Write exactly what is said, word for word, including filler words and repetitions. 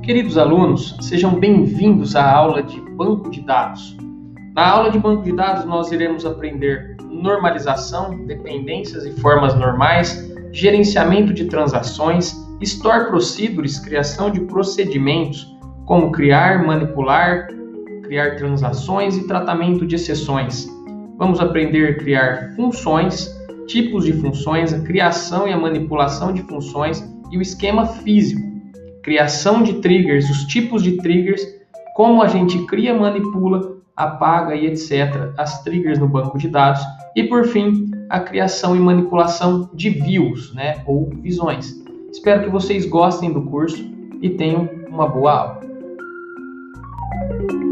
Queridos alunos, sejam bem-vindos à aula de banco de dados. Na aula de banco de dados, nós iremos aprender normalização, dependências e formas normais, gerenciamento de transações, store procedures, criação de procedimentos, como criar, manipular, criar transações e tratamento de exceções. Vamos aprender a criar funções, tipos de funções, a criação e a manipulação de funções e o esquema físico. Criação de triggers, os tipos de triggers, como a gente cria, manipula, apaga e etcétera as triggers no banco de dados. E por fim, a criação e manipulação de views, né, ou visões. Espero que vocês gostem do curso e tenham uma boa aula.